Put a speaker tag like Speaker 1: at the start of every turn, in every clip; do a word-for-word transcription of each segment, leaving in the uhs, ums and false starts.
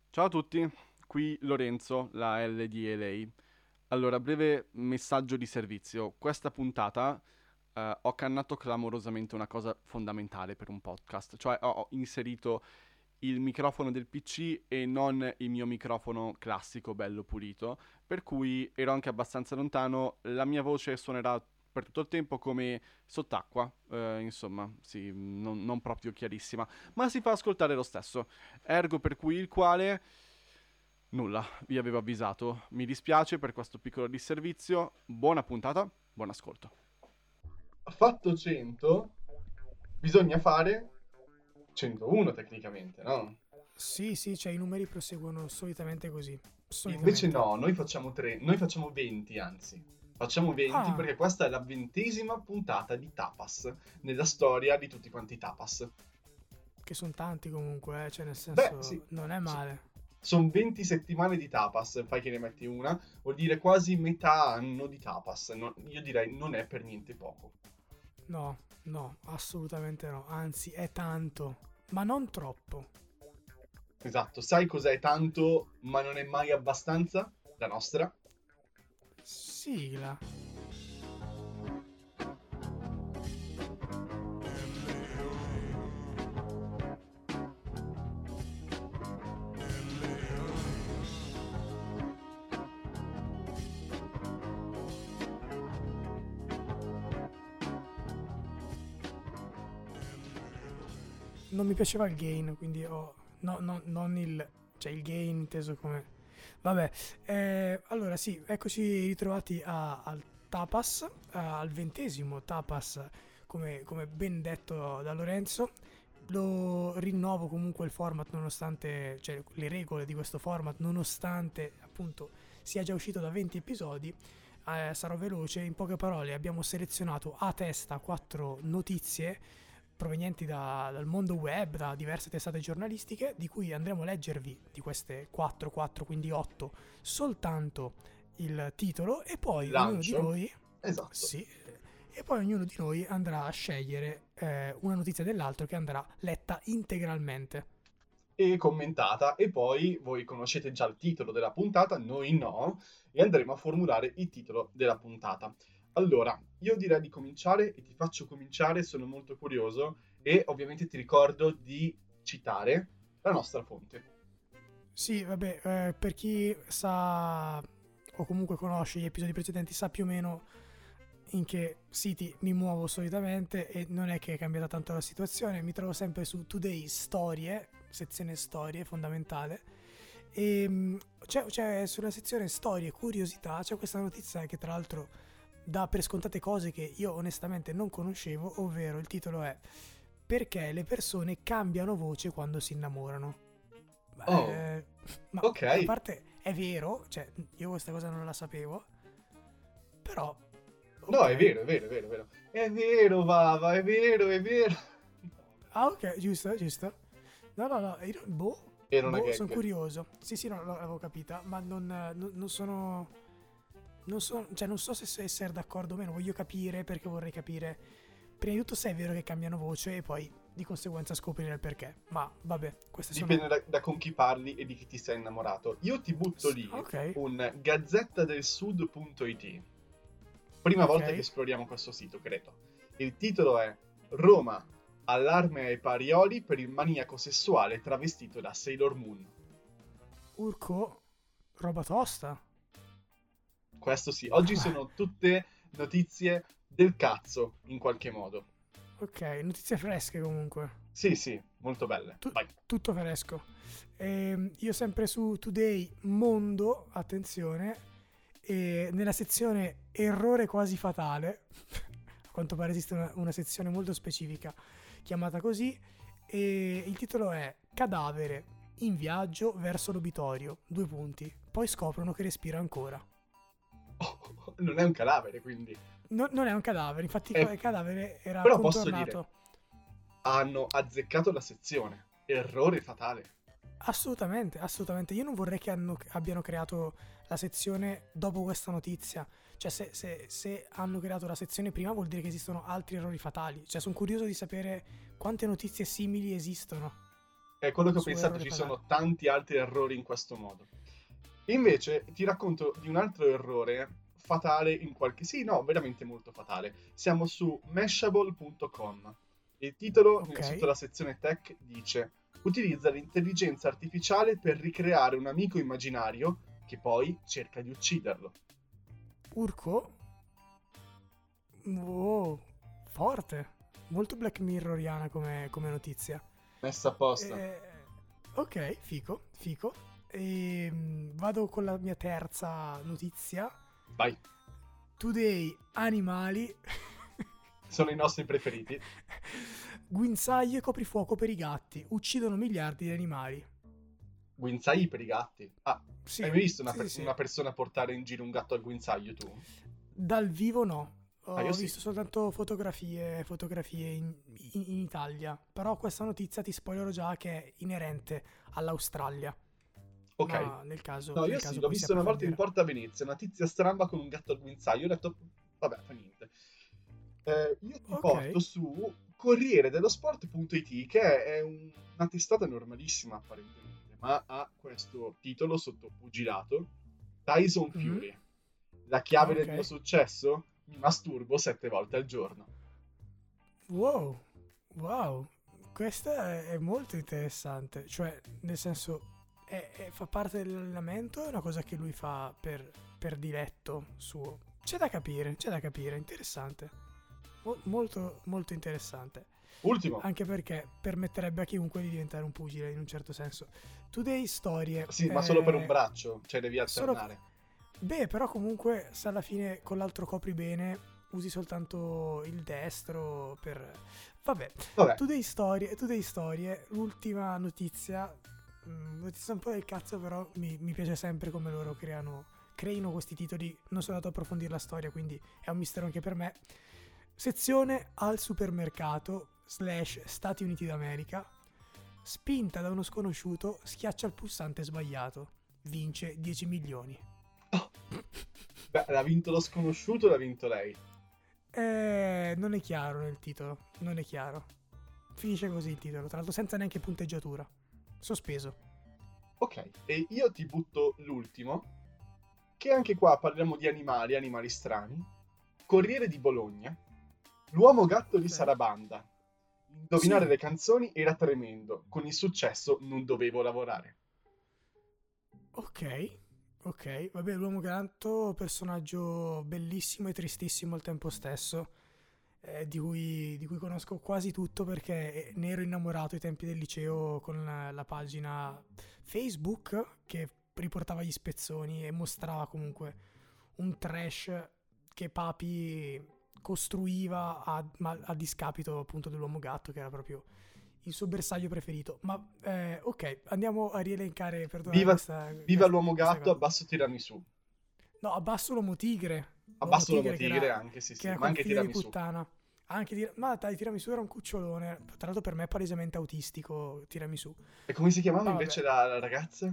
Speaker 1: Ciao a tutti, qui Lorenzo, la L di L A. Allora, breve messaggio di servizio. Questa puntata eh, ho cannato clamorosamente una cosa fondamentale per un podcast, cioè ho, ho inserito il microfono del P C e non il mio microfono classico, bello pulito, per cui ero anche abbastanza lontano, la mia voce suonerà per tutto il tempo come sott'acqua, eh, insomma, sì, non, non proprio chiarissima, ma si fa ascoltare lo stesso. Ergo per cui il quale nulla, vi avevo avvisato. Mi dispiace per questo piccolo disservizio. Buona puntata, buon ascolto.
Speaker 2: Fatto cento, bisogna fare centouno tecnicamente, no?
Speaker 3: Sì, sì, cioè i numeri proseguono solitamente così.
Speaker 2: Invece
Speaker 3: Solitamente.
Speaker 2: no, noi facciamo tre, noi facciamo venti anzi. Facciamo venti
Speaker 3: Ah,
Speaker 2: perché questa è la ventesima puntata di Tapas, nella storia di tutti quanti i Tapas.
Speaker 3: che sono tanti comunque, eh, cioè nel
Speaker 2: Beh, sì,
Speaker 3: senso non è male.
Speaker 2: sono venti settimane di Tapas, fai che ne metti una, vuol dire quasi metà anno di Tapas. No- io direi non è per niente poco.
Speaker 3: No, no, assolutamente no. Anzi, è tanto, ma non troppo.
Speaker 2: Esatto, sai cos'è tanto, ma non è mai abbastanza? La nostra?
Speaker 3: Sigla. Non mi piaceva il gain, quindi ho... No, no, non il... Cioè il gain inteso come... Vabbè, eh, allora sì, eccoci ritrovati a- al tapas, a- al ventesimo tapas, come, come ben detto da Lorenzo. Lo rinnovo comunque il format nonostante, cioè le regole di questo format, nonostante appunto sia già uscito da venti episodi. Eh, sarò veloce, in poche parole abbiamo selezionato a testa quattro notizie provenienti da- dal mondo web, da diverse testate giornalistiche, di cui andremo a leggervi di queste quattro, quattro, quindi otto, soltanto il titolo e
Speaker 2: Il
Speaker 3: poi ognuno di
Speaker 2: lancio?
Speaker 3: noi,
Speaker 2: Esatto.
Speaker 3: sì, e poi ognuno di noi andrà a scegliere eh, una notizia dell'altro che andrà letta integralmente.
Speaker 2: E commentata, e poi voi conoscete già il titolo della puntata, noi no, e andremo a formulare il titolo della puntata. Allora, io direi di cominciare e ti faccio cominciare, sono molto curioso e ovviamente ti ricordo di citare la nostra fonte.
Speaker 3: Sì, vabbè, eh, per chi sa o comunque conosce gli episodi precedenti sa più o meno in che siti mi muovo solitamente e non è che è cambiata tanto la situazione, mi trovo sempre su Today Storie, sezione storie fondamentale, e mh, c'è, c'è sulla sezione storie curiosità c'è questa notizia che tra l'altro dà per scontate cose che io onestamente non conoscevo, ovvero il titolo è perché le persone cambiano voce quando si innamorano.
Speaker 2: Oh,
Speaker 3: Eh, ma
Speaker 2: ok.
Speaker 3: a parte è vero, cioè io questa cosa non la sapevo, però
Speaker 2: No, è
Speaker 3: ok.
Speaker 2: vero, è vero, è vero, è vero. È vero, Vava, è vero, è vero.
Speaker 3: Ah, ok, giusto, giusto. No, no, no, io- boh,
Speaker 2: Era una
Speaker 3: boh, sono
Speaker 2: gag.
Speaker 3: curioso. Sì, sì, no, l'avevo capita, ma non, eh, non- non sono... Non so, cioè, non so se se essere d'accordo o meno, voglio capire perché vorrei capire. Prima di tutto se è vero che cambiano voce e poi di conseguenza scoprire il perché. Ma vabbè, queste sono...
Speaker 2: Dipende da, da con chi parli e di chi ti sei innamorato. Io ti butto
Speaker 3: s-
Speaker 2: lì
Speaker 3: Ok,
Speaker 2: un gazzettadelsud.it. Prima volta che
Speaker 3: ok.
Speaker 2: esploriamo questo sito, credo. Il titolo è Roma, allarme ai Parioli per il maniaco sessuale travestito da Sailor Moon.
Speaker 3: Urco, roba tosta.
Speaker 2: Questo sì, oggi
Speaker 3: Ah,
Speaker 2: sono tutte notizie del cazzo, in qualche modo.
Speaker 3: ok, notizie fresche comunque.
Speaker 2: Sì, sì, molto belle.
Speaker 3: Tu-
Speaker 2: Vai.
Speaker 3: tutto fresco. Ehm, io sempre su Today Mondo, attenzione, e nella sezione errore quasi fatale, a quanto pare esiste una, una sezione molto specifica chiamata così, e il titolo è Cadavere in viaggio verso l'obitorio, due punti, poi scoprono che respira ancora.
Speaker 2: Oh, non è un cadavere, quindi.
Speaker 3: No- non è un cadavere, infatti
Speaker 2: È-
Speaker 3: il cadavere era
Speaker 2: Però posso dire,
Speaker 3: contornato.
Speaker 2: hanno azzeccato la sezione. Errore fatale.
Speaker 3: Assolutamente, assolutamente. Io non vorrei che hanno- abbiano creato la sezione dopo questa notizia. Cioè, se, se- se hanno creato la sezione prima vuol dire che esistono altri errori fatali. Cioè, sono curioso di sapere quante notizie simili esistono.
Speaker 2: È quello che ho
Speaker 3: Su
Speaker 2: pensato,
Speaker 3: errori
Speaker 2: ci
Speaker 3: fatali.
Speaker 2: sono tanti altri errori in questo modo. Invece ti racconto di un altro errore fatale in qualche... Sì, no, veramente molto fatale. Siamo su Mashable punto com. Il titolo,
Speaker 3: Ok.
Speaker 2: eh, sotto la sezione tech, dice: utilizza l'intelligenza artificiale per ricreare un amico immaginario che poi cerca di ucciderlo.
Speaker 3: Urco? Oh, forte. Molto Black Mirroriana come, come notizia.
Speaker 2: Messa apposta.
Speaker 3: Eh, ok, fico, fico. E, mm, vado con la mia terza notizia.
Speaker 2: Vai,
Speaker 3: Today, animali.
Speaker 2: sono i nostri preferiti.
Speaker 3: Guinzaglio e coprifuoco per i gatti. Uccidono miliardi di animali.
Speaker 2: Guinzagli per i gatti. Ah,
Speaker 3: Sì,
Speaker 2: hai mai visto una,
Speaker 3: sì,
Speaker 2: per-
Speaker 3: sì.
Speaker 2: una persona portare in giro un gatto al guinzaglio tu?
Speaker 3: Dal vivo no.
Speaker 2: Ah, io
Speaker 3: Ho
Speaker 2: sì.
Speaker 3: visto soltanto fotografie, fotografie in, in- in Italia. Però questa notizia ti spoilerò già che è inerente all'Australia.
Speaker 2: Ok.
Speaker 3: Ma nel caso,
Speaker 2: No, io
Speaker 3: nel
Speaker 2: sì,
Speaker 3: caso
Speaker 2: l'ho
Speaker 3: poi si
Speaker 2: visto una volta in
Speaker 3: approfondire.
Speaker 2: Porta Venezia, una tizia stramba con un gatto al guinzaglio. Ho detto, vabbè, fa niente. Eh, io ti
Speaker 3: Ok.
Speaker 2: porto su Corriere dello Sport punto it, che è un- una testata normalissima apparentemente, ma ha questo titolo sotto pugilato: Tyson
Speaker 3: Mhm.
Speaker 2: Fury. La
Speaker 3: Ah,
Speaker 2: chiave del mio
Speaker 3: ok.
Speaker 2: successo? Mi masturbo sette volte al giorno.
Speaker 3: Wow. Wow. Questa è, è molto interessante. Cioè, nel senso, è- è- fa parte dell'allenamento, è una cosa che lui fa per, per diletto suo. C'è da capire, c'è da capire. Interessante. Mo- molto, molto interessante.
Speaker 2: Ultimo.
Speaker 3: Anche perché permetterebbe a chiunque di diventare un pugile in un certo senso. Today storie.
Speaker 2: Sì, ma solo per un
Speaker 3: eh,
Speaker 2: braccio, cioè devi
Speaker 3: solo.
Speaker 2: alternare.
Speaker 3: Beh, però comunque se alla fine con l'altro copri bene, usi soltanto il destro per... Vabbè,
Speaker 2: Vabbè,
Speaker 3: Today storie, Today storie, l'ultima notizia, mm, notizia un po' del cazzo, però mi, mi piace sempre come loro creano, creino questi titoli. Non sono andato a approfondire la storia, quindi è un mistero anche per me. Sezione al supermercato slash Stati Uniti d'America. Spinta da uno sconosciuto, schiaccia il pulsante sbagliato. Vince dieci milioni.
Speaker 2: oh, beh, l'ha vinto lo sconosciuto, l'ha vinto lei.
Speaker 3: Eh, non è chiaro nel titolo, non è chiaro. Finisce così il titolo, tra l'altro senza neanche punteggiatura. Sospeso.
Speaker 2: Ok, e io ti butto l'ultimo, che anche qua parliamo di animali, animali strani. Corriere di Bologna. L'uomo gatto di
Speaker 3: Ok.
Speaker 2: Sarabanda. Indovinare
Speaker 3: Sì,
Speaker 2: le canzoni era tremendo. Con il successo non dovevo lavorare.
Speaker 3: ok. Ok, vabbè, l'uomo gatto, personaggio bellissimo e tristissimo al tempo stesso, eh, di cui, di cui conosco quasi tutto perché ne ero innamorato ai tempi del liceo con la, la pagina Facebook che riportava gli spezzoni e mostrava comunque un trash che Papi costruiva a, ma- a discapito appunto dell'uomo gatto, che era proprio il suo bersaglio preferito. Ma eh, ok, andiamo a rielencare, perdonare
Speaker 2: Viva,
Speaker 3: questa,
Speaker 2: viva
Speaker 3: questa,
Speaker 2: l'uomo
Speaker 3: questa
Speaker 2: gatto,
Speaker 3: cosa.
Speaker 2: abbasso tiramisù.
Speaker 3: No, abbasso l'uomo tigre. L'uomo
Speaker 2: Abbasso l'uomo
Speaker 3: tigre che
Speaker 2: tigre
Speaker 3: era,
Speaker 2: anche, sì
Speaker 3: che
Speaker 2: sì,
Speaker 3: era
Speaker 2: ma
Speaker 3: quel
Speaker 2: anche
Speaker 3: figlio di
Speaker 2: tiramisù.
Speaker 3: puttana. Anche tir- ma dai, tiramisù era un cucciolone. Tra l'altro per me è palesemente autistico tiramisù.
Speaker 2: E come si chiamava
Speaker 3: Ma vabbè,
Speaker 2: invece la, la ragazza?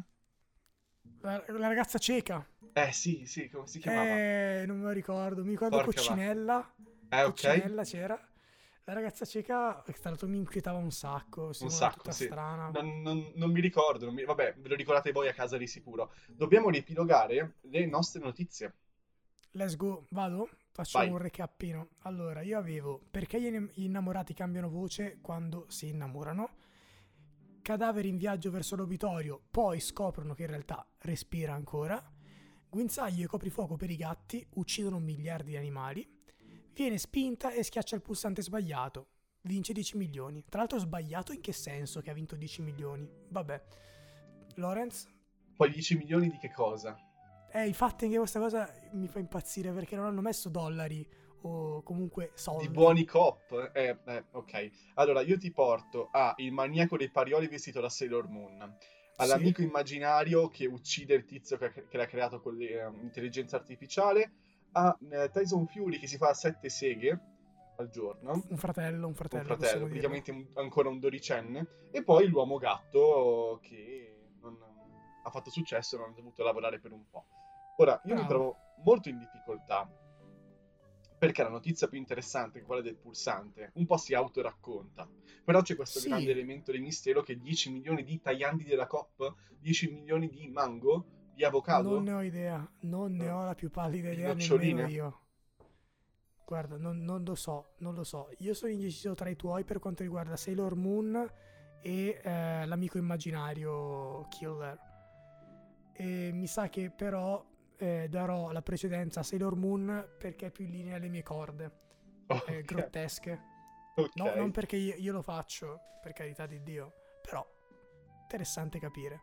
Speaker 3: la, la ragazza cieca.
Speaker 2: Eh sì, sì, come si chiamava?
Speaker 3: Eh, non me lo ricordo. Mi ricordo
Speaker 2: Porca vacca.
Speaker 3: Coccinella.
Speaker 2: Eh, ok.
Speaker 3: Coccinella c'era. La ragazza cieca, che tra l'altro mi inquietava un sacco.
Speaker 2: Un
Speaker 3: Sembrava
Speaker 2: sacco,
Speaker 3: tutta
Speaker 2: sì.
Speaker 3: strana.
Speaker 2: Non, non- non mi ricordo, non mi- vabbè, ve lo ricordate voi a casa di sicuro. Dobbiamo riepilogare le nostre notizie.
Speaker 3: Let's go, vado? Faccio
Speaker 2: Vai.
Speaker 3: un recappino. Allora, io avevo perché gli innem- gli innamorati cambiano voce quando si innamorano. Cadaveri in viaggio verso l'obitorio, poi scoprono che in realtà respira ancora. Guinzaglio e coprifuoco per i gatti uccidono miliardi di animali. Viene spinta e schiaccia il pulsante sbagliato. Vince dieci milioni. Tra l'altro sbagliato in che senso che ha vinto dieci milioni? Vabbè. Lorenz?
Speaker 2: Poi dieci milioni di che cosa?
Speaker 3: Eh, il fatto è che questa cosa mi fa impazzire perché non hanno messo dollari o comunque
Speaker 2: Di
Speaker 3: soldi.
Speaker 2: buoni cop? Eh, eh, ok. Allora, io ti porto a Il maniaco dei parioli vestito da Sailor Moon,
Speaker 3: Sì,
Speaker 2: all'amico immaginario che uccide il tizio che, che l'ha creato con l'intelligenza artificiale, a eh, Tyson Fury che si fa sette seghe al giorno,
Speaker 3: un fratello, un
Speaker 2: un
Speaker 3: fratello,
Speaker 2: fratello,
Speaker 3: possiamo dirlo.
Speaker 2: praticamente un- ancora un dodicenne, e poi l'uomo gatto che non ha fatto successo e non ha dovuto lavorare per un po'. Ora, io mi
Speaker 3: Bravo.
Speaker 2: trovo molto in difficoltà perché la notizia più interessante, quella del pulsante, un po' si autoracconta. Però c'è questo
Speaker 3: Sì.
Speaker 2: grande elemento di mistero che dieci milioni di tagliandi della Coop, dieci milioni di mango, di
Speaker 3: Non
Speaker 2: avocado,
Speaker 3: ne ho idea, non ne
Speaker 2: eh,
Speaker 3: ho la più pallida
Speaker 2: di
Speaker 3: idea nemmeno
Speaker 2: noccioline.
Speaker 3: io. Guarda, non, non lo so, non lo so. Io sono indeciso tra i tuoi per quanto riguarda Sailor Moon e eh, l'amico immaginario Killer. E mi sa che però eh, darò la precedenza a Sailor Moon perché è più in linea alle mie corde, eh,
Speaker 2: Ok,
Speaker 3: grottesche. No, non
Speaker 2: ok.
Speaker 3: perché io, io lo faccio, per carità di Dio, però interessante capire.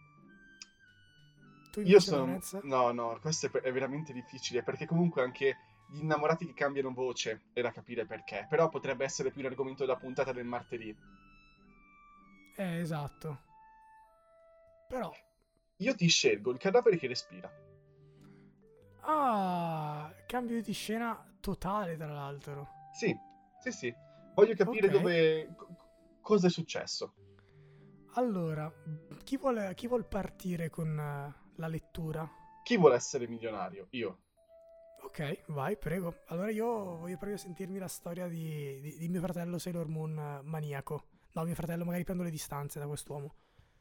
Speaker 3: Tu
Speaker 2: Io
Speaker 3: invece,
Speaker 2: sono...
Speaker 3: Lorenz?
Speaker 2: No, no, questo è, è veramente difficile, perché comunque anche gli innamorati che cambiano voce, era capire perché, però potrebbe essere più un argomento della puntata del martedì.
Speaker 3: Eh, esatto. Però...
Speaker 2: Io ti scelgo il cadavere che respira.
Speaker 3: Ah, cambio di scena totale, tra l'altro.
Speaker 2: Sì, sì, sì. Voglio capire
Speaker 3: Ok,
Speaker 2: dove... co- cosa è successo.
Speaker 3: allora, chi vuole, chi vuol partire con eh, la lettura?
Speaker 2: Chi vuole essere milionario? Io.
Speaker 3: Ok, vai, prego. Allora io voglio proprio sentirmi la storia di, di- di mio fratello Sailor Moon eh, maniaco. No, mio fratello, magari prendo le distanze da quest'uomo.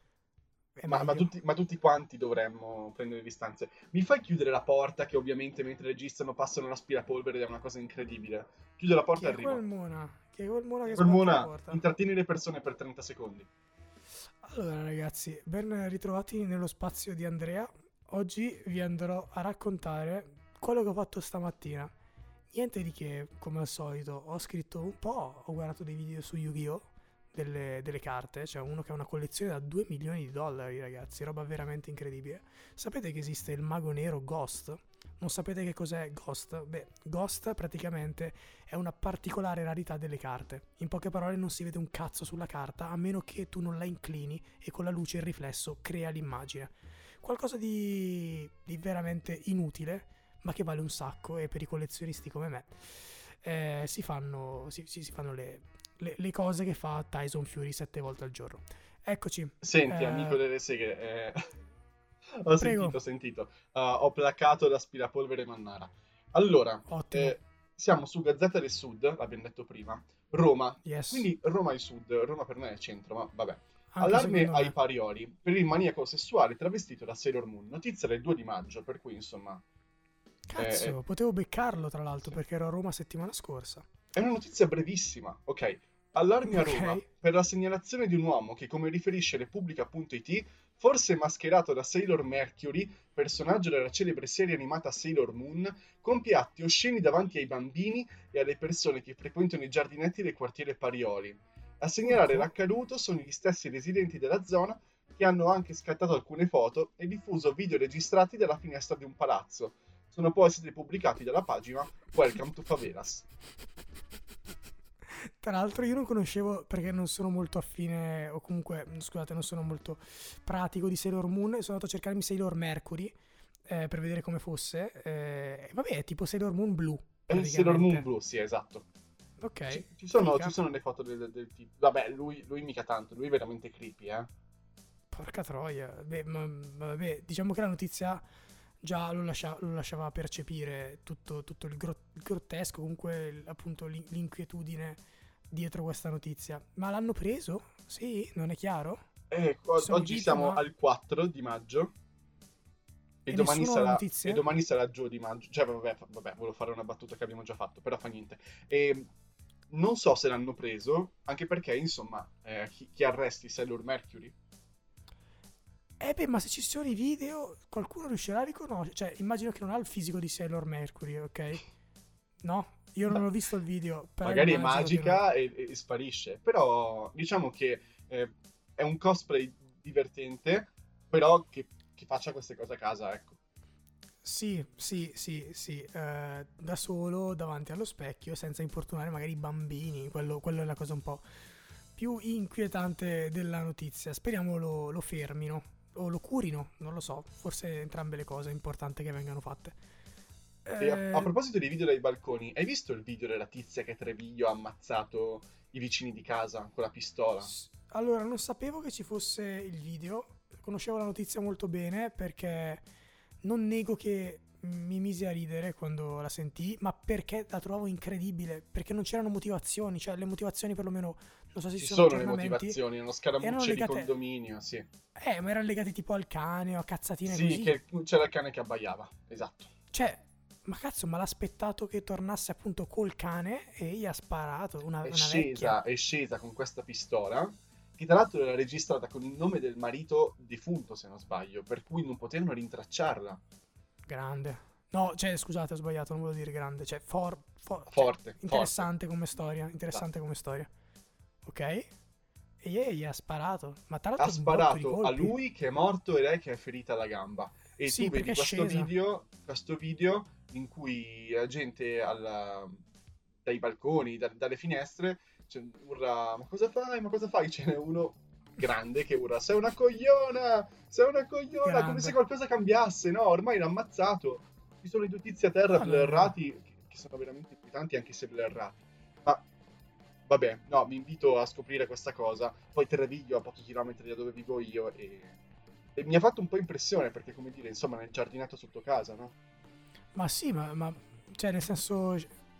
Speaker 3: È
Speaker 2: Ma, ma
Speaker 3: meglio.
Speaker 2: tutti, ma tutti quanti dovremmo prendere distanze. Mi fai chiudere la porta, che ovviamente mentre registrano passano l'aspirapolvere ed è una cosa incredibile. Chiudo la
Speaker 3: Chi
Speaker 2: porta e
Speaker 3: è quel
Speaker 2: arrivo.
Speaker 3: Mona? Chi è quel Mona che sbatte la
Speaker 2: Ormona,
Speaker 3: porta?
Speaker 2: intrattieni le persone per trenta secondi.
Speaker 3: Allora ragazzi, ben ritrovati nello spazio di Andrea. Oggi vi andrò a raccontare quello che ho fatto stamattina. Niente di che, come al solito, ho scritto un po', ho guardato dei video su Yu-Gi-Oh! Delle, delle carte, cioè uno che ha una collezione da due milioni di dollari, ragazzi, roba veramente incredibile. Sapete che esiste il mago nero Ghost? Non sapete che cos'è Ghost? Beh, Ghost praticamente è una particolare rarità delle carte. In poche parole non si vede un cazzo sulla carta a meno che tu non la inclini e con la luce e il riflesso crea l'immagine. Qualcosa di, di veramente inutile, ma che vale un sacco e per i collezionisti come me eh, si fanno, si, si- si fanno le, le- le cose che fa Tyson Fury sette volte al giorno. Eccoci,
Speaker 2: Senti, amico
Speaker 3: eh,
Speaker 2: delle seghe, eh, ho
Speaker 3: prego,
Speaker 2: sentito, ho sentito. Uh, ho placato l'aspirapolvere Mannara. Allora,
Speaker 3: ottimo,
Speaker 2: eh, siamo su Gazzetta del Sud, l'abbiamo detto prima, Roma.
Speaker 3: yes,
Speaker 2: Quindi Roma è il sud, Roma per me è il centro, ma vabbè.
Speaker 3: anche
Speaker 2: Allarme
Speaker 3: secondo
Speaker 2: ai
Speaker 3: me.
Speaker 2: Parioli per il maniaco sessuale travestito da Sailor Moon. Notizia del due di maggio, per cui insomma... eh, eh,
Speaker 3: Cazzo, potevo beccarlo tra l'altro
Speaker 2: sì.
Speaker 3: perché ero a Roma settimana scorsa.
Speaker 2: È una notizia brevissima, ok. Allarmi a Roma
Speaker 3: Ok,
Speaker 2: per la segnalazione di un uomo che, come riferisce Repubblica punto it, forse mascherato da Sailor Mercury, personaggio della celebre serie animata Sailor Moon, compie atti osceni davanti ai bambini e alle persone che frequentano i giardinetti del quartiere Parioli. A segnalare
Speaker 3: urco.
Speaker 2: l'accaduto sono gli stessi residenti della zona che hanno anche scattato alcune foto e diffuso video registrati dalla finestra di un palazzo. Sono poi stati pubblicati dalla pagina Welcome to Favelas.
Speaker 3: Tra l'altro io non conoscevo perché non sono molto affine, o comunque, scusate, non sono molto pratico di Sailor Moon e sono andato a cercarmi Sailor Mercury eh, per vedere come fosse. Eh, vabbè, è tipo Sailor Moon blu,
Speaker 2: È il Sailor Moon
Speaker 3: praticamente.
Speaker 2: blu, sì, esatto.
Speaker 3: Ok,
Speaker 2: Ci, ci sono, ci
Speaker 3: figa.
Speaker 2: sono le foto del, del tipo. Vabbè, lui, lui mica tanto, lui è veramente creepy, eh.
Speaker 3: Porca troia. Beh, ma, ma vabbè, diciamo che la notizia già lo, lascia- lo lasciava percepire tutto, tutto il, gro- il grottesco, comunque il- appunto l'in- l'inquietudine dietro questa notizia. Ma l'hanno preso? Sì? Non è chiaro?
Speaker 2: E
Speaker 3: Ci
Speaker 2: o-
Speaker 3: sono i
Speaker 2: oggi
Speaker 3: video,
Speaker 2: siamo
Speaker 3: ma...
Speaker 2: al quattro di maggio e
Speaker 3: E
Speaker 2: domani
Speaker 3: nessuno ha
Speaker 2: sarà, e
Speaker 3: notizie?
Speaker 2: domani sarà Gio di maggio. Cioè, vabbè, fa- vabbè, volevo fare una battuta che abbiamo già fatto, però fa niente. E non so se l'hanno preso, anche perché, insomma, eh, chi, chi arresti Sailor Mercury?
Speaker 3: Eh beh, ma se ci sono i video, qualcuno riuscirà a riconoscere. Cioè, immagino che non ha il fisico di Sailor Mercury, ok? No? Io non ho visto il video, però
Speaker 2: Magari è
Speaker 3: immagino che non...
Speaker 2: magica e, e sparisce. Però diciamo che eh, è un cosplay divertente, però che, che faccia queste cose a casa, ecco.
Speaker 3: Sì, sì, sì, sì, eh, da solo davanti allo specchio, senza importunare magari i bambini, quello, quello è la cosa un po' più inquietante della notizia. Speriamo lo, lo fermino o lo curino, non lo so, forse entrambe le cose è importante che vengano fatte.
Speaker 2: E a, a
Speaker 3: Eh,
Speaker 2: proposito dei video dai balconi, hai visto il video della tizia che a Treviglio ha ammazzato i vicini di casa con la pistola?
Speaker 3: s- allora, non sapevo che ci fosse il video, conoscevo la notizia molto bene perché non nego che mi misi a ridere quando la sentii, ma perché la trovavo incredibile, perché non c'erano motivazioni, cioè le motivazioni perlomeno, non so se
Speaker 2: Ci
Speaker 3: ci sono
Speaker 2: sono le
Speaker 3: aggiornamenti,
Speaker 2: motivazioni, erano
Speaker 3: erano
Speaker 2: scaramucce di
Speaker 3: legate,
Speaker 2: condominio, sì.
Speaker 3: eh, ma erano legate tipo al cane o a cazzatine
Speaker 2: Sì,
Speaker 3: così.
Speaker 2: che c'era il cane che abbaiava, esatto.
Speaker 3: Cioè, ma cazzo, ma l'ha aspettato che tornasse appunto col cane e gli ha sparato una,
Speaker 2: È
Speaker 3: una vecchia.
Speaker 2: scesa, è scesa con questa pistola, che tra l'altro era registrata con il nome del marito defunto, se non sbaglio, per cui non potevano rintracciarla.
Speaker 3: Grande. No, cioè, scusate, ho sbagliato, non volevo dire grande. Cioè, for, for- cioè,
Speaker 2: Forte,
Speaker 3: interessante come storia.
Speaker 2: forte.
Speaker 3: Interessante
Speaker 2: Esatto.
Speaker 3: come storia. Ok? E gli, gli ha sparato. Ma tra
Speaker 2: Ha
Speaker 3: l'altro un botto di
Speaker 2: sparato a
Speaker 3: colpi.
Speaker 2: lui che è morto e lei che è ferita alla gamba. E
Speaker 3: Sì,
Speaker 2: tu
Speaker 3: perché
Speaker 2: vedi
Speaker 3: è
Speaker 2: questo
Speaker 3: scesa.
Speaker 2: video, questo video in cui la gente alla- dai balconi, da- dalle finestre, cioè, urla: ma cosa fai? Ma cosa fai? Ce n'è uno grande che urla: sei una cogliona! Sei una cogliona! Come se
Speaker 3: Grande.
Speaker 2: qualcosa cambiasse, no? Ormai l'ha ammazzato. Ci sono i due tizi a terra
Speaker 3: No, no, no, no.
Speaker 2: blurrati, che, che sono veramente inquietanti anche se blurrati. Ma vabbè, no, vi invito a scoprire questa cosa. Poi Treviglio a pochi chilometri da dove vivo io e, e mi ha fatto un po' impressione perché, come dire, insomma, nel giardinato sotto casa, no?
Speaker 3: Ma sì, ma, ma cioè, nel senso,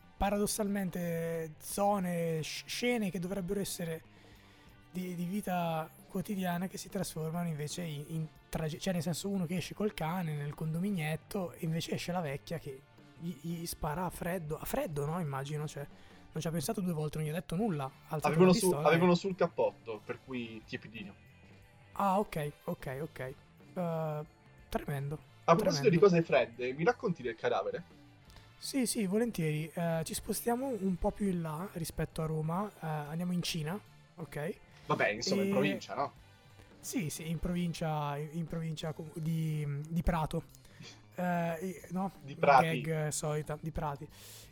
Speaker 3: paradossalmente, zone, sc- scene che dovrebbero essere di, di vita quotidiana che si trasformano invece in, in trage- cioè, nel senso, uno che esce col cane nel condominietto e invece esce la vecchia che gli, gli spara a freddo. A freddo, no? Immagino, cioè, non ci ha pensato due volte, non gli ha detto nulla. Ha alzato la
Speaker 2: Avevano, su-
Speaker 3: pistola e...
Speaker 2: avevano sul cappotto, per cui tiepidino.
Speaker 3: Ah, ok, ok, ok. Uh, tremendo,
Speaker 2: A proposito di
Speaker 3: tremendo.
Speaker 2: cose fredde, mi racconti del cadavere?
Speaker 3: Sì, sì, volentieri. Eh, ci spostiamo un po' più in là rispetto a Roma. Eh, andiamo in Cina, ok?
Speaker 2: Vabbè, insomma, in
Speaker 3: E
Speaker 2: provincia, no?
Speaker 3: sì, sì, in provincia, in provincia com- di, di Prato. Eh, e- no?
Speaker 2: Di Prati.
Speaker 3: Gag solita di Prati.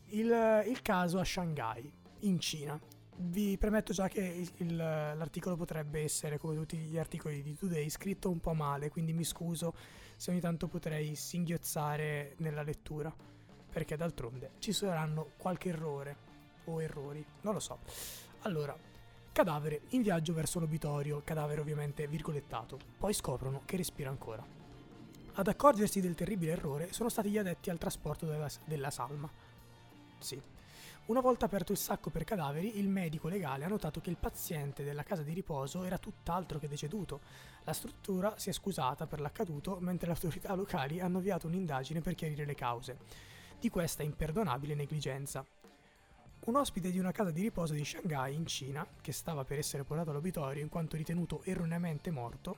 Speaker 3: Il, il caso a Shanghai, in Cina. Vi premetto già che il- il- l'articolo potrebbe essere, come tutti gli articoli di Today, scritto un po' male, quindi mi scuso se ogni tanto potrei singhiozzare nella lettura, perché d'altronde ci saranno qualche errore o errori, non lo so. Allora, cadavere in viaggio verso l'obitorio, cadavere ovviamente virgolettato, poi scoprono che respira ancora. Ad accorgersi del terribile errore sono stati gli addetti al trasporto della, della salma. Sì. Una volta aperto il sacco per cadaveri, il medico legale ha notato che il paziente della casa di riposo era tutt'altro che deceduto. La struttura si è scusata per l'accaduto, mentre le autorità locali hanno avviato un'indagine per chiarire le cause di questa imperdonabile negligenza. Un ospite di una casa di riposo di Shanghai, in Cina, che stava per essere portato all'obitorio in quanto ritenuto erroneamente morto.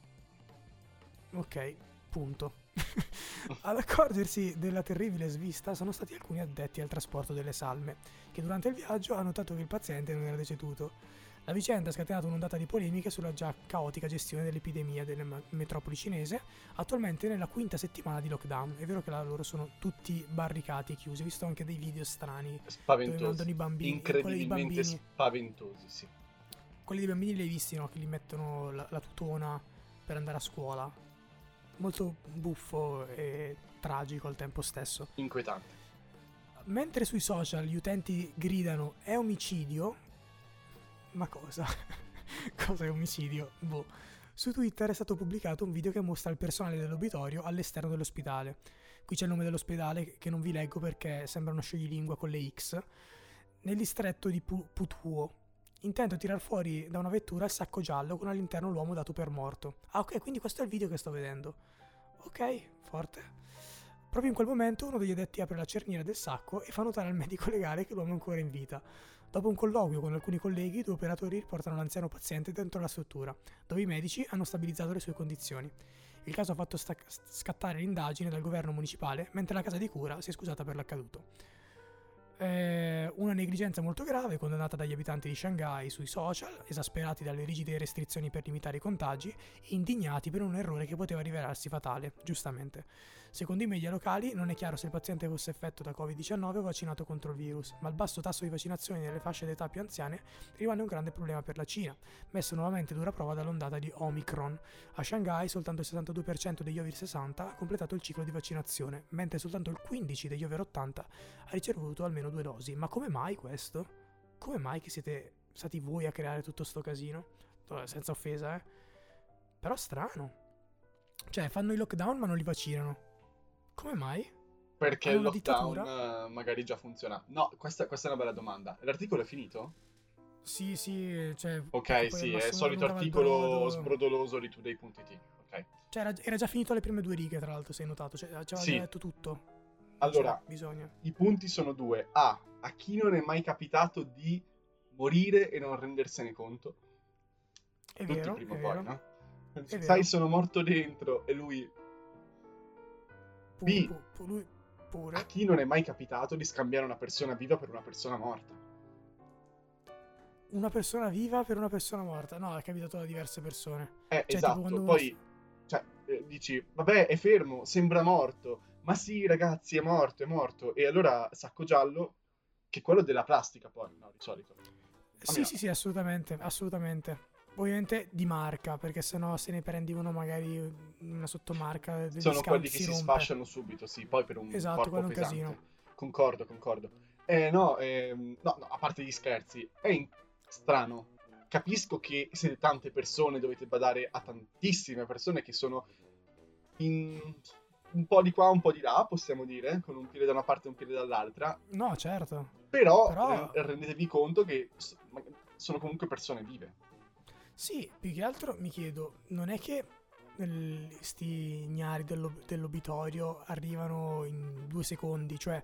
Speaker 3: Ok, punto. Ad accorgersi della terribile svista sono stati alcuni addetti al trasporto delle salme, che durante il viaggio hanno notato che il paziente non era deceduto. La vicenda ha scatenato un'ondata di polemiche sulla già caotica gestione dell'epidemia della ma- metropoli cinese, attualmente nella quinta settimana di lockdown. È vero che là loro sono tutti barricati e chiusi, ho visto anche dei video strani dove
Speaker 2: Spaventosi.
Speaker 3: mandano i bambini. e quelli dei
Speaker 2: Incredibilmente
Speaker 3: bambini,
Speaker 2: spaventosi, sì.
Speaker 3: quelli dei bambini li hai visti, no? Che gli mettono la, la tutona per andare a scuola. Molto buffo e tragico al tempo stesso.
Speaker 2: Inquietante.
Speaker 3: Mentre sui social gli utenti gridano è omicidio, ma cosa? Cosa è omicidio? Boh. Su Twitter è stato pubblicato un video che mostra il personale dell'obitorio all'esterno dell'ospedale. Qui c'è il nome dell'ospedale che non vi leggo perché sembra uno scioglilingua con le X. Nel distretto di Pu- Putuo. Intento a tirar fuori da una vettura il sacco giallo con all'interno l'uomo dato per morto. Ah, ok, quindi questo è il video che sto vedendo. Ok, forte. Proprio in quel momento uno degli addetti apre la cerniera del sacco e fa notare al medico legale che l'uomo è ancora in vita. Dopo un colloquio con alcuni colleghi, i due operatori riportano l'anziano paziente dentro la struttura, dove i medici hanno stabilizzato le sue condizioni. Il caso ha fatto sta- scattare l'indagine dal governo municipale, mentre la casa di cura si è scusata per l'accaduto. Eh, una negligenza molto grave condannata dagli abitanti di Shanghai sui social, esasperati dalle rigide restrizioni per limitare i contagi e indignati per un errore che poteva rivelarsi fatale, giustamente. Secondo i media locali non è chiaro se il paziente fosse affetto da covid diciannove o vaccinato contro il virus, ma il basso tasso di vaccinazione nelle fasce d'età più anziane rimane un grande problema per la Cina, messo nuovamente a dura prova dall'ondata di Omicron. A Shanghai soltanto il sessantadue per cento degli over sessanta ha completato il ciclo di vaccinazione, mentre soltanto il quindici per cento degli over ottanta ha ricevuto almeno due dosi. Ma come mai questo? Come mai che siete stati voi a creare tutto sto casino? Senza offesa, eh. Però strano. Cioè, fanno i lockdown ma non li vaccinano. Come mai?
Speaker 2: Perché
Speaker 3: Hanno
Speaker 2: il
Speaker 3: una
Speaker 2: lockdown
Speaker 3: dittatura?
Speaker 2: eh, magari già funziona. No, questa, questa è una bella domanda. L'articolo è finito?
Speaker 3: Sì, sì, cioè, perché
Speaker 2: Ok,
Speaker 3: poi al
Speaker 2: sì, è il
Speaker 3: massimo
Speaker 2: solito
Speaker 3: allungava il
Speaker 2: articolo
Speaker 3: brodo.
Speaker 2: sbrodoloso di today punto it. Ok.
Speaker 3: Cioè, era, era già finito le prime due righe, tra l'altro, se hai notato. Cioè, ci aveva già
Speaker 2: Sì,
Speaker 3: detto tutto. Non c'era
Speaker 2: allora,
Speaker 3: bisogno.
Speaker 2: i punti sono due. A. A chi non è mai capitato di morire e non rendersene conto?
Speaker 3: È
Speaker 2: Tutti
Speaker 3: vero,
Speaker 2: prima
Speaker 3: è
Speaker 2: o poi,
Speaker 3: vero,
Speaker 2: no?
Speaker 3: è
Speaker 2: Sai,
Speaker 3: vero.
Speaker 2: sono morto dentro e lui...
Speaker 3: Pu-
Speaker 2: B.
Speaker 3: pu- pu- lui
Speaker 2: A
Speaker 3: pure.
Speaker 2: chi non è mai capitato di scambiare una persona viva per una persona morta?
Speaker 3: Una persona viva per una persona morta. No, è capitato a diverse persone.
Speaker 2: Eh,
Speaker 3: Cioè, tipo
Speaker 2: esatto.
Speaker 3: quando uno...
Speaker 2: Poi, cioè, eh, dici, vabbè, è fermo, sembra morto. Ma sì, ragazzi, è morto, è morto. E allora, sacco giallo, che è quello della plastica, poi, no, di solito. A
Speaker 3: Sì, sì,
Speaker 2: Milano.
Speaker 3: sì, assolutamente, assolutamente. Ovviamente di marca, perché sennò se ne prendi uno magari una sottomarca del
Speaker 2: Sono
Speaker 3: discount
Speaker 2: quelli che
Speaker 3: si
Speaker 2: si
Speaker 3: rompe.
Speaker 2: sfasciano subito, sì, poi per un
Speaker 3: Esatto,
Speaker 2: corpo
Speaker 3: quello è un casino.
Speaker 2: pesante. Concordo, concordo. Eh, no, ehm, no, no, a parte gli scherzi, è in- strano. Capisco che siete tante persone, dovete badare a tantissime persone che sono in un po' di qua, un po' di là, possiamo dire, con un piede da una parte e un piede dall'altra,
Speaker 3: No, certo.
Speaker 2: però re-
Speaker 3: Però
Speaker 2: rendetevi conto che s- ma- sono comunque persone vive.
Speaker 3: sì, più che altro mi chiedo, non è che il- sti ignari dell'ob- dell'obitorio arrivano in due secondi, cioè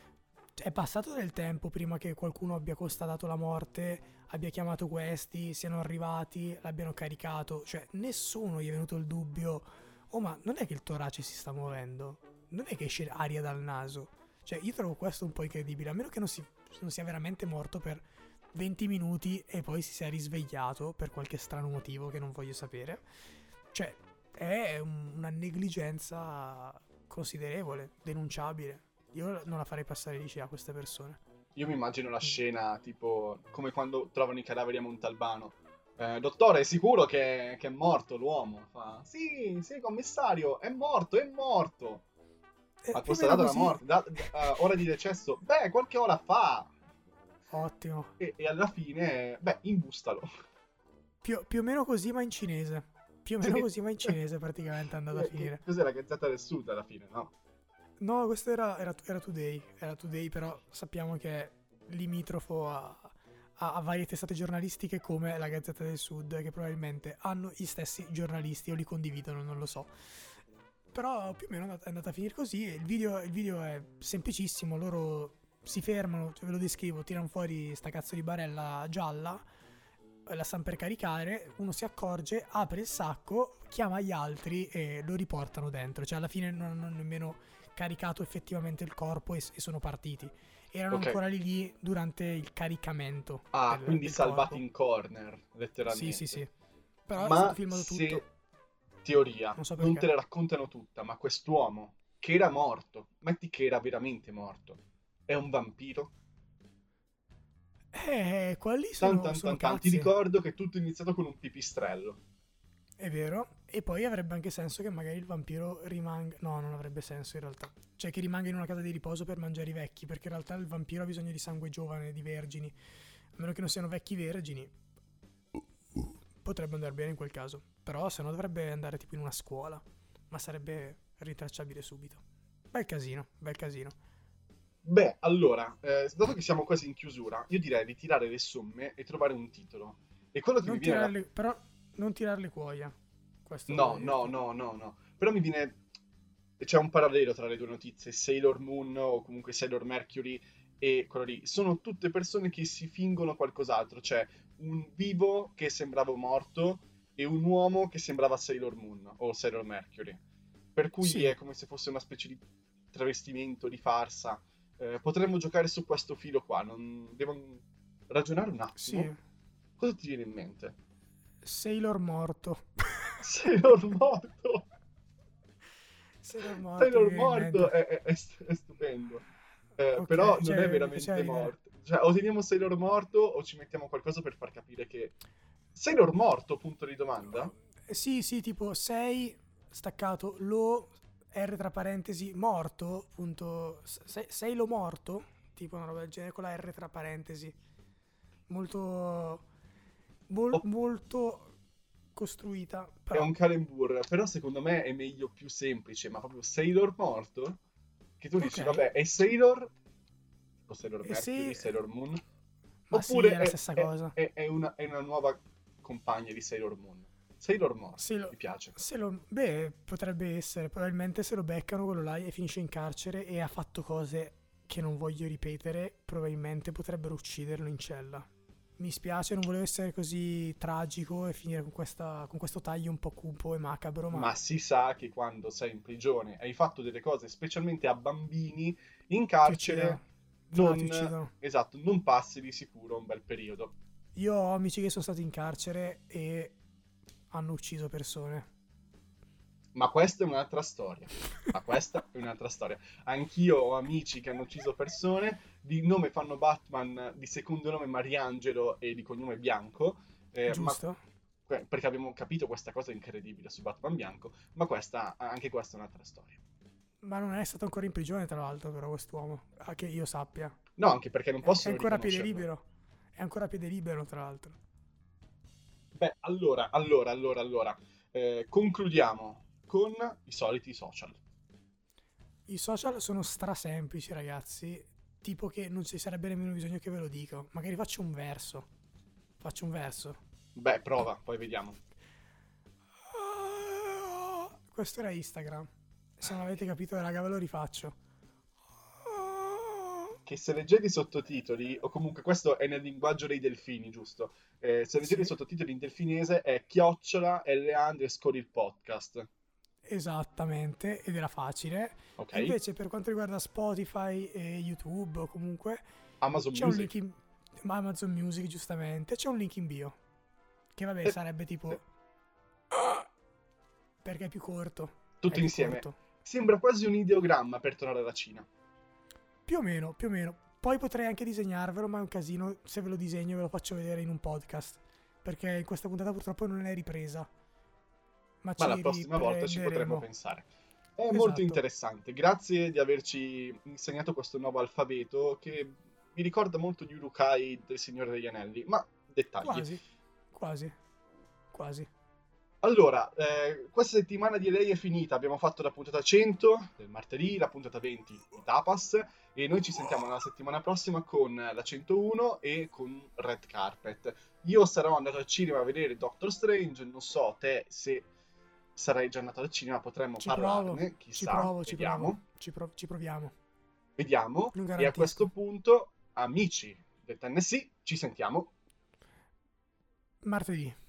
Speaker 3: è passato del tempo prima che qualcuno abbia constatato la morte, abbia chiamato questi, siano arrivati, l'abbiano caricato, cioè nessuno gli è venuto il dubbio, oh ma non è che il torace si sta muovendo, non è che esce aria dal naso, cioè io trovo questo un po' incredibile, a meno che non, si, non sia veramente morto per venti minuti e poi si sia risvegliato per qualche strano motivo che non voglio sapere. Cioè, è un- una negligenza considerevole, denunciabile. Io non la farei passare di C a queste persone.
Speaker 2: Io mi immagino la
Speaker 3: Mm.
Speaker 2: scena tipo come quando trovano i cadaveri a Montalbano. Eh, dottore, è sicuro che, che è morto l'uomo? Fa, sì, sì, commissario, è morto, è morto.
Speaker 3: Eh,
Speaker 2: Ha
Speaker 3: più o meno
Speaker 2: constatato la
Speaker 3: così,
Speaker 2: morte. Da- da- eh, ora di decesso? Beh, qualche ora fa.
Speaker 3: ottimo.
Speaker 2: E, e alla fine, beh, imbustalo.
Speaker 3: Più, più o meno così, ma in cinese. Più o meno
Speaker 2: Sì.
Speaker 3: così, ma in cinese praticamente è andata a
Speaker 2: Eh, che-
Speaker 3: finire.
Speaker 2: Cos'è la Gazzetta del Sud alla fine, no?
Speaker 3: No, questo era, era, era Today. Era Today, però sappiamo che è limitrofo a, a, a varie testate giornalistiche come la Gazzetta del Sud, che probabilmente hanno gli stessi giornalisti o li condividono, non lo so. Però più o meno è andata, è andata a finire così. Il video, il video è semplicissimo. Loro si fermano, cioè ve lo descrivo, tirano fuori sta cazzo di barella gialla, la stanno per caricare, uno si accorge, apre il sacco, chiama gli altri e lo riportano dentro. Cioè alla fine non hanno nemmeno caricato effettivamente il corpo e, e sono partiti. Erano
Speaker 2: Ok.
Speaker 3: ancora lì lì durante il caricamento
Speaker 2: Ah,
Speaker 3: del,
Speaker 2: quindi
Speaker 3: del
Speaker 2: salvati
Speaker 3: corpo.
Speaker 2: in corner,
Speaker 3: Sì, sì,
Speaker 2: letteralmente.
Speaker 3: sì. Però è stato
Speaker 2: Ma
Speaker 3: filmato tutto.
Speaker 2: se, teoria,
Speaker 3: Non so
Speaker 2: non te
Speaker 3: perché.
Speaker 2: la raccontano tutta, ma quest'uomo che era morto, metti che era veramente morto, è un vampiro?
Speaker 3: Eh, quelli
Speaker 2: Tan
Speaker 3: sono,
Speaker 2: tan
Speaker 3: sono
Speaker 2: tan tan, ti
Speaker 3: cazzi.
Speaker 2: ricordo che tutto è iniziato con un pipistrello.
Speaker 3: È vero. E poi avrebbe anche senso che magari il vampiro rimanga... No, non avrebbe senso in realtà. Cioè che rimanga in una casa di riposo per mangiare i vecchi, perché in realtà il vampiro ha bisogno di sangue giovane, di vergini. A meno che non siano vecchi vergini. Potrebbe andare bene in quel caso. Però se no dovrebbe andare tipo in una scuola. Ma sarebbe ritracciabile subito. Bel casino, bel casino.
Speaker 2: Beh, allora, eh, dato che siamo quasi in chiusura, io direi di tirare le somme e trovare un titolo. E quello che mi
Speaker 3: Non
Speaker 2: viene da...
Speaker 3: tirarli... Però non tirarli cuoia. Questo voglio
Speaker 2: No, no,
Speaker 3: dirti.
Speaker 2: no, no, no. Però mi viene... C'è un parallelo tra le due notizie. Sailor Moon o comunque Sailor Mercury e quello lì. Sono tutte persone che si fingono qualcos'altro. Cioè, un vivo che sembrava morto e un uomo che sembrava Sailor Moon o Sailor Mercury. Per cui
Speaker 3: Sì,
Speaker 2: è come se fosse una specie di travestimento, di farsa. Eh, potremmo giocare su questo filo qua. Non... Devo ragionare un
Speaker 3: sì.
Speaker 2: attimo. Cosa ti viene in mente?
Speaker 3: Sailor morto.
Speaker 2: Sailor morto!
Speaker 3: Sailor morto mi
Speaker 2: Taylor
Speaker 3: viene in
Speaker 2: morto
Speaker 3: mente.
Speaker 2: è, è- è st- è stupendo. Eh, però
Speaker 3: Ok,
Speaker 2: non è
Speaker 3: cioè mi faceva
Speaker 2: veramente
Speaker 3: ridere.
Speaker 2: morto. Cioè, o teniamo Sailor morto o ci mettiamo qualcosa per far capire che... Sailor morto, punto di domanda?
Speaker 3: Eh, Sì, sì, tipo sei staccato lo R tra parentesi morto, punto sei, sei lo morto, tipo una roba del genere con la R tra parentesi. Molto mol-
Speaker 2: O
Speaker 3: molto costruita,
Speaker 2: è
Speaker 3: però
Speaker 2: un calembour, però secondo me è meglio più semplice, ma proprio Sailor morto? che tu dici,
Speaker 3: Ok.
Speaker 2: vabbè, è Sailor, o Sailor
Speaker 3: E
Speaker 2: Mercury,
Speaker 3: sì,
Speaker 2: Sailor Moon,
Speaker 3: ma sì,
Speaker 2: oppure
Speaker 3: è la
Speaker 2: è,
Speaker 3: stessa
Speaker 2: è-
Speaker 3: cosa.
Speaker 2: è- è una, è una nuova compagna di Sailor Moon. Sailor Moon,
Speaker 3: Se lo,
Speaker 2: mi piace.
Speaker 3: se lo- beh, potrebbe essere. Probabilmente se lo beccano quello là e finisce in carcere e ha fatto cose che non voglio ripetere, probabilmente potrebbero ucciderlo in cella. Mi spiace, non volevo essere così tragico e finire con, questa, con questo taglio un po' cupo e macabro, ma
Speaker 2: Ma si sa che quando sei in prigione e hai fatto delle cose, specialmente a bambini, in
Speaker 3: ti uccidono.
Speaker 2: carcere,
Speaker 3: Fra, ti
Speaker 2: non,
Speaker 3: uccidono.
Speaker 2: esatto, non passi di sicuro un bel periodo.
Speaker 3: Io ho amici che sono stati in carcere e hanno ucciso persone.
Speaker 2: Ma questa è un'altra storia. Ma questa è un'altra storia. Anch'io ho amici che hanno ucciso persone, di nome fanno Batman, di secondo nome Mariangelo e di cognome Bianco, eh, ma
Speaker 3: Giusto?
Speaker 2: que- perché abbiamo capito questa cosa incredibile su Batman Bianco, ma questa, anche questa è un'altra storia.
Speaker 3: Ma non è stato ancora in prigione, tra l'altro, però quest'uomo. A che io sappia.
Speaker 2: No, anche perché non
Speaker 3: È, è
Speaker 2: possono
Speaker 3: ancora a piede
Speaker 2: riconoscerlo.
Speaker 3: libero. È ancora a piede libero, tra l'altro.
Speaker 2: Beh, allora, allora, allora, allora, eh, concludiamo con i soliti social.
Speaker 3: I social sono strasemplici, ragazzi. Tipo che non ci sarebbe nemmeno bisogno che ve lo dico. Magari faccio un verso. Faccio un verso.
Speaker 2: Beh, prova, poi vediamo.
Speaker 3: Questo era Instagram. Se non avete capito, raga, ve lo rifaccio.
Speaker 2: Che se leggete i sottotitoli, o comunque questo è nel linguaggio dei delfini, giusto? Eh, se leggete i
Speaker 3: Sì,
Speaker 2: sottotitoli in delfinese è chiocciola L underscore il podcast,
Speaker 3: esattamente. Ed era facile.
Speaker 2: ok?
Speaker 3: Invece, per quanto riguarda Spotify e YouTube, o comunque,
Speaker 2: Amazon
Speaker 3: c'è un
Speaker 2: Music.
Speaker 3: link in Amazon Music, giustamente. C'è un link in bio. Che vabbè,
Speaker 2: Eh,
Speaker 3: sarebbe
Speaker 2: sì,
Speaker 3: tipo. Perché è più corto.
Speaker 2: tutto
Speaker 3: È più
Speaker 2: insieme.
Speaker 3: corto.
Speaker 2: Sembra quasi un ideogramma per tornare alla Cina.
Speaker 3: Più o meno, più o meno. Poi potrei anche disegnarvelo, ma è un casino. Se ve lo disegno ve lo faccio vedere in un podcast. Perché in questa puntata purtroppo non è ripresa. Ma
Speaker 2: Ma la
Speaker 3: ci
Speaker 2: prossima volta ci potremo
Speaker 3: riprenderemo.
Speaker 2: pensare. È molto
Speaker 3: Esatto.
Speaker 2: interessante. Grazie di averci insegnato questo nuovo alfabeto che mi ricorda molto gli Urukai del Signore degli Anelli, ma dettagli.
Speaker 3: Quasi. Quasi. Quasi.
Speaker 2: Allora, eh, questa settimana di lei è finita. Abbiamo fatto la puntata cento del martedì, la puntata venti di Tapas e noi ci sentiamo la settimana prossima con la centouno e con Red Carpet. Io sarò andato al cinema a vedere Doctor Strange, non so te se sarai già andato al cinema, potremmo
Speaker 3: Ci provo.
Speaker 2: parlarne,
Speaker 3: Ci
Speaker 2: chissà,
Speaker 3: provo, ci provo.
Speaker 2: vediamo.
Speaker 3: Ci, prov- ci proviamo.
Speaker 2: Vediamo.
Speaker 3: Non
Speaker 2: E a questo
Speaker 3: garantisco.
Speaker 2: punto, amici del Tennessee, ci sentiamo
Speaker 3: Martedì.